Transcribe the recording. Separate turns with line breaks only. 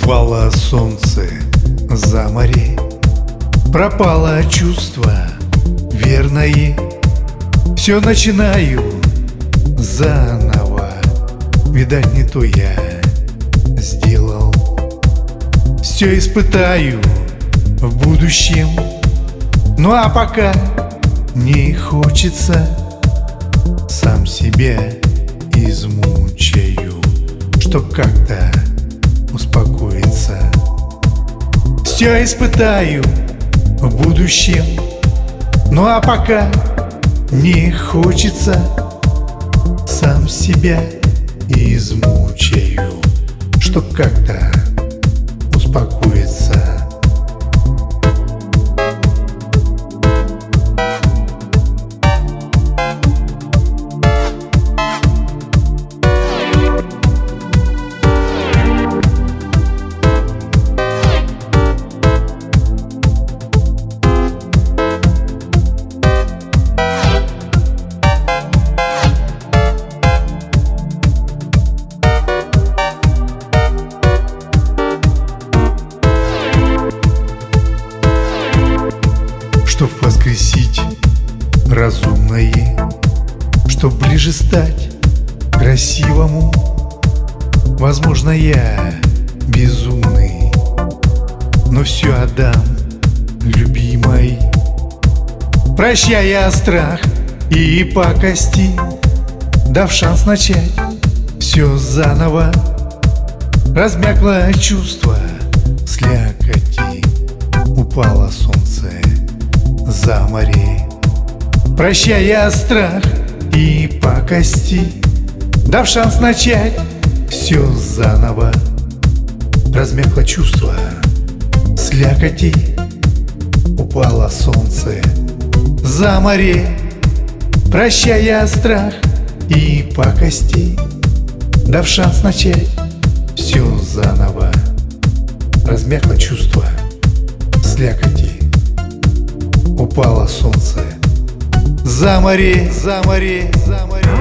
Упало солнце за море, пропало чувство верное. Все начинаю заново, видать, не то я сделал. Все испытаю в будущем, ну а пока не хочется, сам себя измучаю, чтоб как-то успокоиться. Все испытаю в будущем, ну а пока не хочется, сам себя измучаю, чтоб как-то успокоиться. Чтоб воскресить разумное, чтоб ближе стать красивому. Возможно, я безумный, но все отдам любимой. Прощая страх и пакости, дав шанс начать все заново, размякло чувство слякоти, упало солнце за море. Прощая страх и пакости, дав шанс начать все заново, размякло чувство слякоти, упало солнце за море. Прощая страх и пакости, дав шанс начать все заново, размякло чувство слякоти, упало солнце за море, за море, за море.